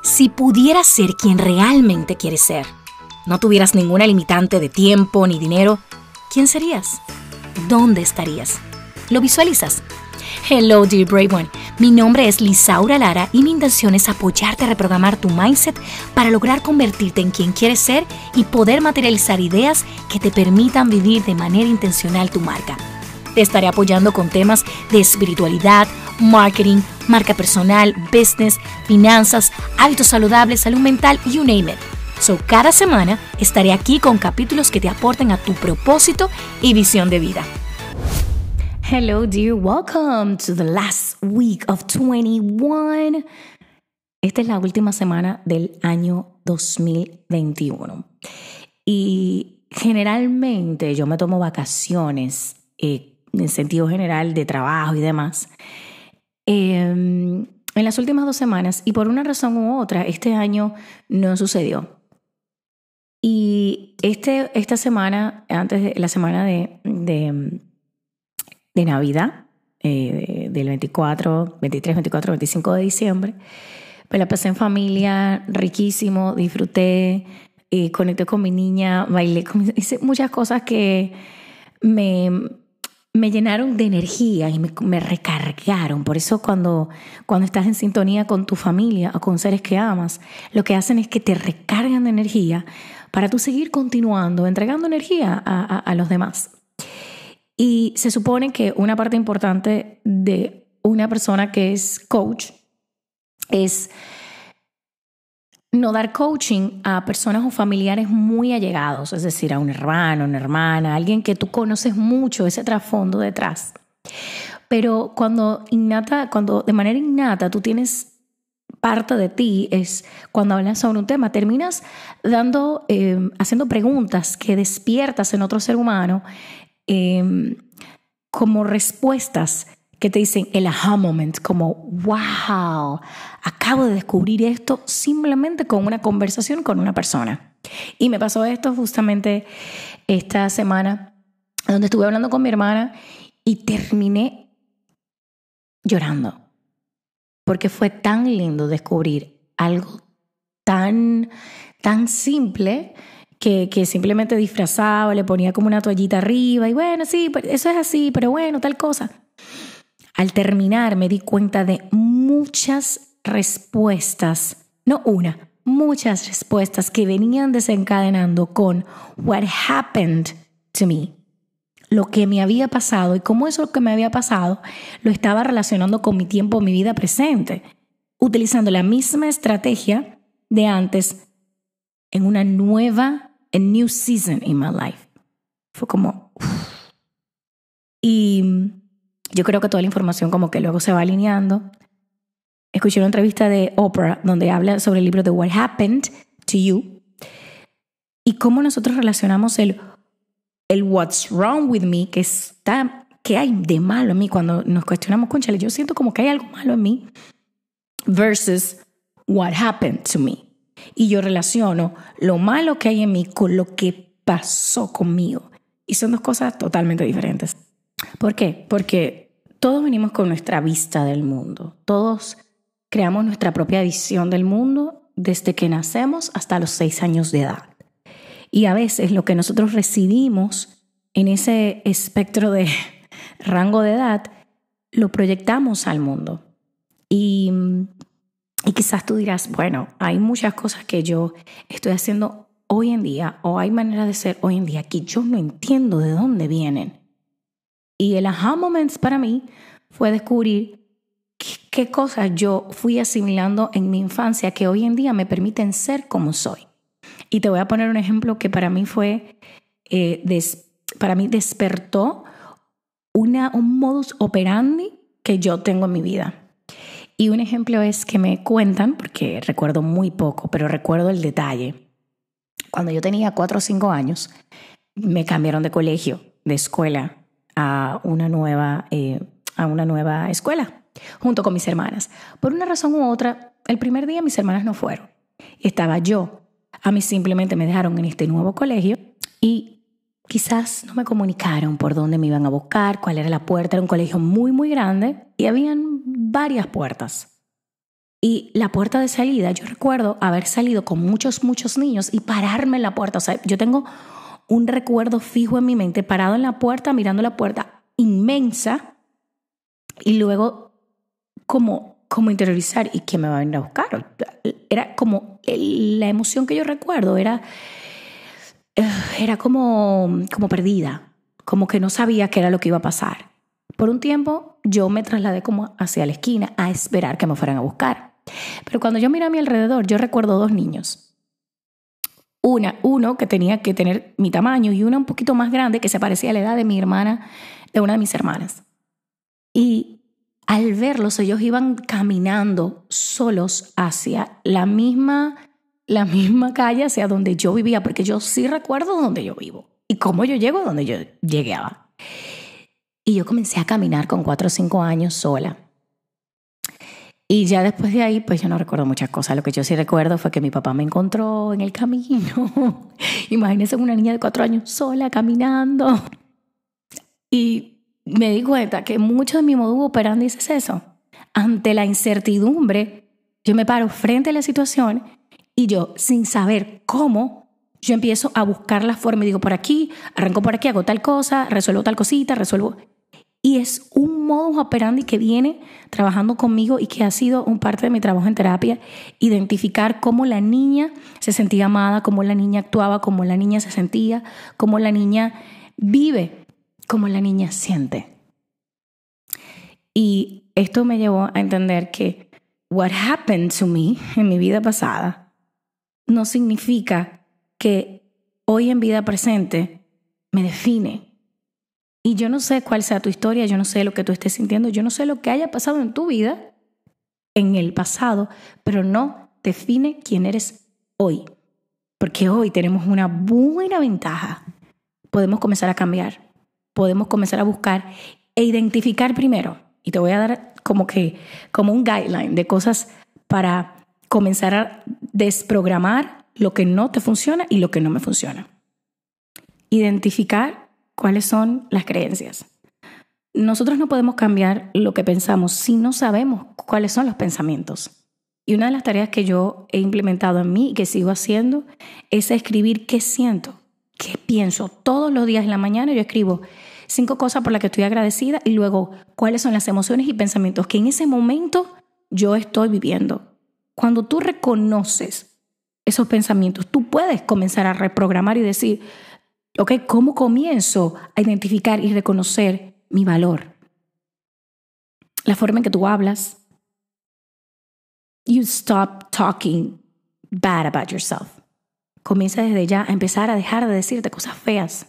Si pudieras ser quien realmente quieres ser, no tuvieras ninguna limitante de tiempo ni dinero, ¿quién serías? ¿Dónde estarías? ¿Lo visualizas? Hello, dear Brave One. Mi nombre es Lisaura Lara y mi intención es apoyarte a reprogramar tu mindset para lograr convertirte en quien quieres ser y poder materializar ideas que te permitan vivir de manera intencional tu marca. Te estaré apoyando con temas de espiritualidad, marketing, marca personal, business, finanzas, hábitos saludables, salud mental, you name it. So, cada semana estaré aquí con capítulos que te aporten a tu propósito y visión de vida. Hello, dear. Welcome to the last week of 21. Esta es la última semana del año 2021. Y generalmente yo me tomo vacaciones en sentido general de trabajo y demás en las últimas 2 semanas, y por una razón u otra este año no sucedió. Y esta semana, antes de la semana de Navidad, del 23, 24, 25 de diciembre, me la pasé en familia, riquísimo, disfruté, conecté con mi niña, bailé, hice muchas cosas que me llenaron de energía y me recargaron. Por eso cuando estás en sintonía con tu familia o con seres que amas, lo que hacen es que te recargan de energía para tú seguir continuando, entregando energía a los demás. Y se supone que una parte importante de una persona que es coach es no dar coaching a personas o familiares muy allegados, es decir, a un hermano, una hermana, alguien que tú conoces mucho, ese trasfondo detrás. Pero cuando de manera innata tú tienes parte de ti, es cuando hablas sobre un tema, terminas haciendo preguntas que despiertas en otro ser humano como respuestas que te dicen el aha moment, como wow, acabo de descubrir esto simplemente con una conversación con una persona. Y me pasó esto justamente esta semana, donde estuve hablando con mi hermana y terminé llorando, porque fue tan lindo descubrir algo tan simple que simplemente disfrazaba, le ponía como una toallita arriba y bueno, sí, eso es así, pero bueno, tal cosa. Al terminar me di cuenta de muchas respuestas, no una, muchas respuestas que venían desencadenando con what happened to me, lo que me había pasado, y cómo eso que me había pasado lo estaba relacionando con mi tiempo, mi vida presente, utilizando la misma estrategia de antes en una a new season in my life. Fue como y yo creo que toda la información como que luego se va alineando. Escuché una entrevista de Oprah donde habla sobre el libro de What Happened to You y cómo nosotros relacionamos el What's Wrong with Me, que hay de malo en mí cuando nos cuestionamos, cónchale, yo siento como que hay algo malo en mí, versus What Happened to Me. Y yo relaciono lo malo que hay en mí con lo que pasó conmigo. Y son dos cosas totalmente diferentes. ¿Por qué? Porque todos venimos con nuestra vista del mundo. Todos creamos nuestra propia visión del mundo desde que nacemos hasta los 6 años de edad. Y a veces lo que nosotros recibimos en ese espectro de rango de edad, lo proyectamos al mundo. Y quizás tú dirás, bueno, hay muchas cosas que yo estoy haciendo hoy en día, o hay maneras de ser hoy en día que yo no entiendo de dónde vienen. Y el aha moments para mí fue descubrir qué cosas yo fui asimilando en mi infancia que hoy en día me permiten ser como soy. Y te voy a poner un ejemplo que para mí fue, para mí despertó un modus operandi que yo tengo en mi vida. Y un ejemplo es que me cuentan, porque recuerdo muy poco, pero recuerdo el detalle. Cuando yo tenía 4 o 5 años, me cambiaron de colegio, de escuela, a una nueva escuela, junto con mis hermanas. Por una razón u otra, el primer día mis hermanas no fueron. Estaba yo. A mí simplemente me dejaron en este nuevo colegio y quizás no me comunicaron por dónde me iban a buscar, cuál era la puerta. Era un colegio muy, muy grande y habían varias puertas. Y la puerta de salida, yo recuerdo haber salido con muchos niños y pararme en la puerta. O sea, yo tengo un recuerdo fijo en mi mente, parado en la puerta, mirando la puerta inmensa y luego como interiorizar, ¿y quién me va a venir a buscar? Era como, la emoción que yo recuerdo era como perdida, como que no sabía qué era lo que iba a pasar. Por un tiempo yo me trasladé como hacia la esquina a esperar que me fueran a buscar. Pero cuando yo miré a mi alrededor, yo recuerdo 2 niños. Uno que tenía que tener mi tamaño y uno un poquito más grande que se parecía a la edad de mi hermana, de una de mis hermanas. Y al verlos, ellos iban caminando solos hacia la misma calle hacia donde yo vivía, porque yo sí recuerdo dónde yo vivo y cómo yo llego a donde yo llegaba. Y yo comencé a caminar con 4 o 5 años sola. Y ya después de ahí, pues yo no recuerdo muchas cosas. Lo que yo sí recuerdo fue que mi papá me encontró en el camino. Imagínense una niña de 4 años sola caminando. Y me di cuenta que mucho de mi modus operandi es eso. Ante la incertidumbre, yo me paro frente a la situación y yo, sin saber cómo, yo empiezo a buscar la forma y digo, por aquí, arranco por aquí, hago tal cosa, resuelvo tal cosita, resuelvo. Y es un modus operandi que viene trabajando conmigo y que ha sido un parte de mi trabajo en terapia, identificar cómo la niña se sentía amada, cómo la niña actuaba, cómo la niña se sentía, cómo la niña vive, cómo la niña siente. Y esto me llevó a entender que what happened to me en mi vida pasada no significa que hoy en vida presente me define. Y yo no sé cuál sea tu historia, yo no sé lo que tú estés sintiendo, yo no sé lo que haya pasado en tu vida en el pasado, pero no define quién eres hoy. Porque hoy tenemos una buena ventaja. Podemos comenzar a cambiar, podemos comenzar a buscar e identificar primero. Y te voy a dar como un guideline de cosas para comenzar a desprogramar lo que no te funciona y lo que no me funciona. Identificar cuáles son las creencias. Nosotros no podemos cambiar lo que pensamos si no sabemos cuáles son los pensamientos. Y una de las tareas que yo he implementado en mí y que sigo haciendo es escribir qué siento, qué pienso. Todos los días en la mañana yo escribo 5 cosas por las que estoy agradecida y luego cuáles son las emociones y pensamientos que en ese momento yo estoy viviendo. Cuando tú reconoces esos pensamientos, tú puedes comenzar a reprogramar y decir, ok, ¿cómo comienzo a identificar y reconocer mi valor? La forma en que tú hablas. You stop talking bad about yourself. Comienza desde ya a empezar a dejar de decirte cosas feas.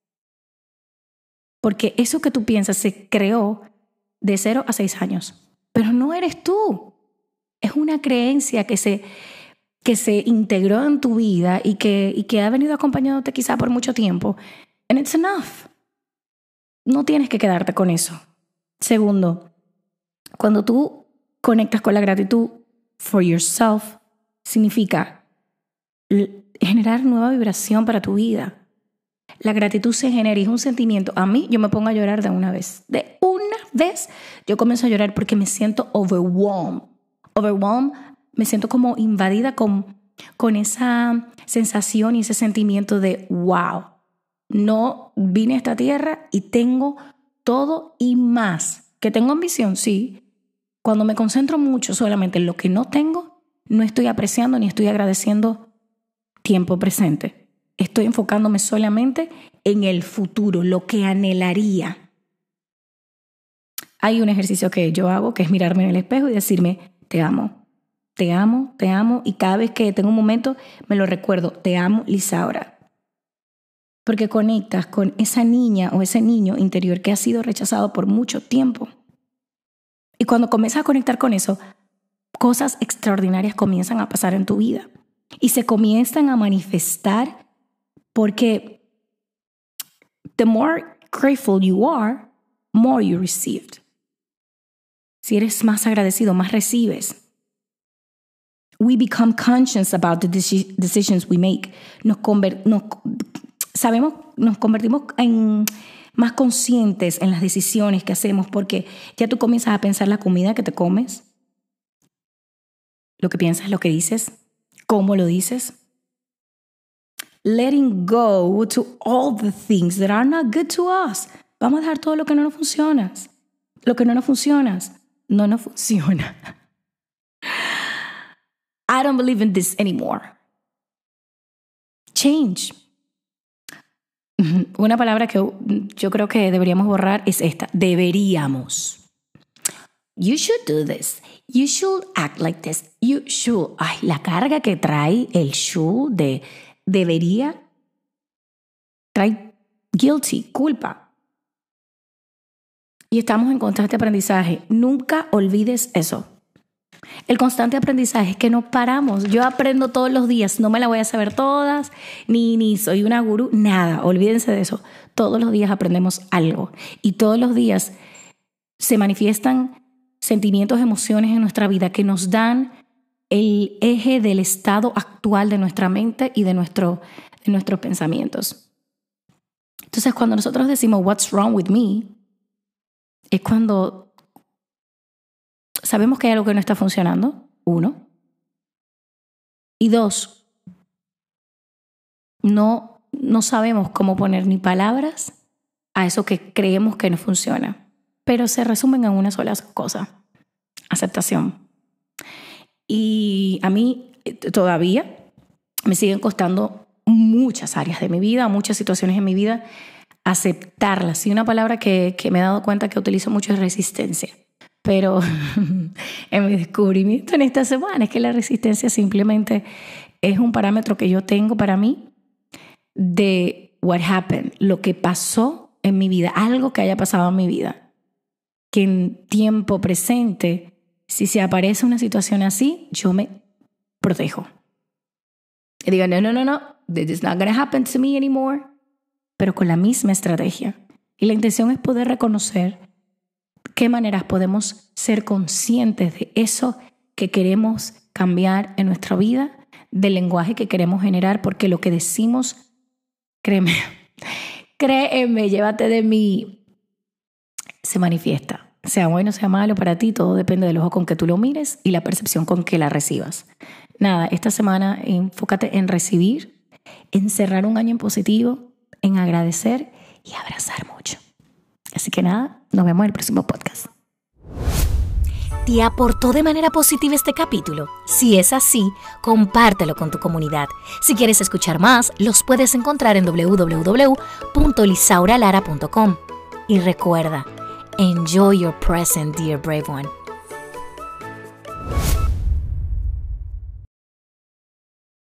Porque eso que tú piensas se creó de 0 a 6 años. Pero no eres tú. Es una creencia que se integró en tu vida y que ha venido acompañándote quizá por mucho tiempo. And it's enough. No tienes que quedarte con eso. Segundo, cuando tú conectas con la gratitud for yourself, significa generar nueva vibración para tu vida. La gratitud se genera y es un sentimiento. A mí, yo me pongo a llorar de una vez. De una vez yo comienzo a llorar porque me siento overwhelmed. Overwhelmed, me siento como invadida con esa sensación y ese sentimiento de wow. No vine a esta tierra y tengo todo y más. ¿Que tengo ambición? Sí. Cuando me concentro mucho solamente en lo que no tengo, no estoy apreciando ni estoy agradeciendo tiempo presente. Estoy enfocándome solamente en el futuro, lo que anhelaría. Hay un ejercicio que yo hago que es mirarme en el espejo y decirme, te amo, te amo, te amo. Y cada vez que tengo un momento me lo recuerdo, te amo, Lisaura. Porque conectas con esa niña o ese niño interior que ha sido rechazado por mucho tiempo. Y cuando comienzas a conectar con eso, cosas extraordinarias comienzan a pasar en tu vida. Y se comienzan a manifestar porque the more grateful you are, more you received. Si eres más agradecido, más recibes. We become conscious about the decisions we make. Nos convertimos en más conscientes en las decisiones que hacemos porque ya tú comienzas a pensar la comida que te comes. lo que piensas, lo que dices, cómo lo dices. Letting go to all the things that are not good to us. Vamos a dejar todo lo que no nos funciona. Lo que no nos funciona, no nos funciona. I don't believe in this anymore. Change. Una palabra que yo creo que deberíamos borrar es esta. Deberíamos. You should do this. You should act like this. You should. Ay, la carga que trae el should de debería trae guilty, culpa. Y estamos en constante aprendizaje. Nunca olvides eso. El constante aprendizaje es que no paramos. Yo aprendo todos los días. No me la voy a saber todas, ni soy una gurú, nada. Olvídense de eso. Todos los días aprendemos algo. Y todos los días se manifiestan sentimientos, emociones en nuestra vida que nos dan el eje del estado actual de nuestra mente y de nuestros pensamientos. Entonces, cuando nosotros decimos what's wrong with me, es cuando sabemos que hay algo que no está funcionando, 1. Y 2, no sabemos cómo poner ni palabras a eso que creemos que no funciona. Pero se resumen en una sola cosa: aceptación. Y a mí todavía me siguen costando muchas áreas de mi vida, muchas situaciones en mi vida, aceptarlas. Y una palabra que me he dado cuenta que utilizo mucho es resistencia. Pero en mi descubrimiento en esta semana es que la resistencia simplemente es un parámetro que yo tengo para mí de what happened, lo que pasó en mi vida, algo que haya pasado en mi vida, que en tiempo presente, si se aparece una situación así, yo me protejo. Y digo, no, this is not going to happen to me anymore. Pero con la misma estrategia. Y la intención es poder reconocer qué maneras podemos ser conscientes de eso que queremos cambiar en nuestra vida, del lenguaje que queremos generar, porque lo que decimos, créeme, llévate de mí, se manifiesta. Sea bueno, sea malo para ti, todo depende del ojo con que tú lo mires y la percepción con que la recibas. Nada, esta semana enfócate en recibir, en cerrar un año en positivo, en agradecer y abrazar mucho. Así que nada, nos vemos en el próximo podcast. ¿Te aportó de manera positiva este capítulo? Si es así, compártelo con tu comunidad. Si quieres escuchar más, los puedes encontrar en www.lisauralara.com. Y recuerda, enjoy your present, dear brave one.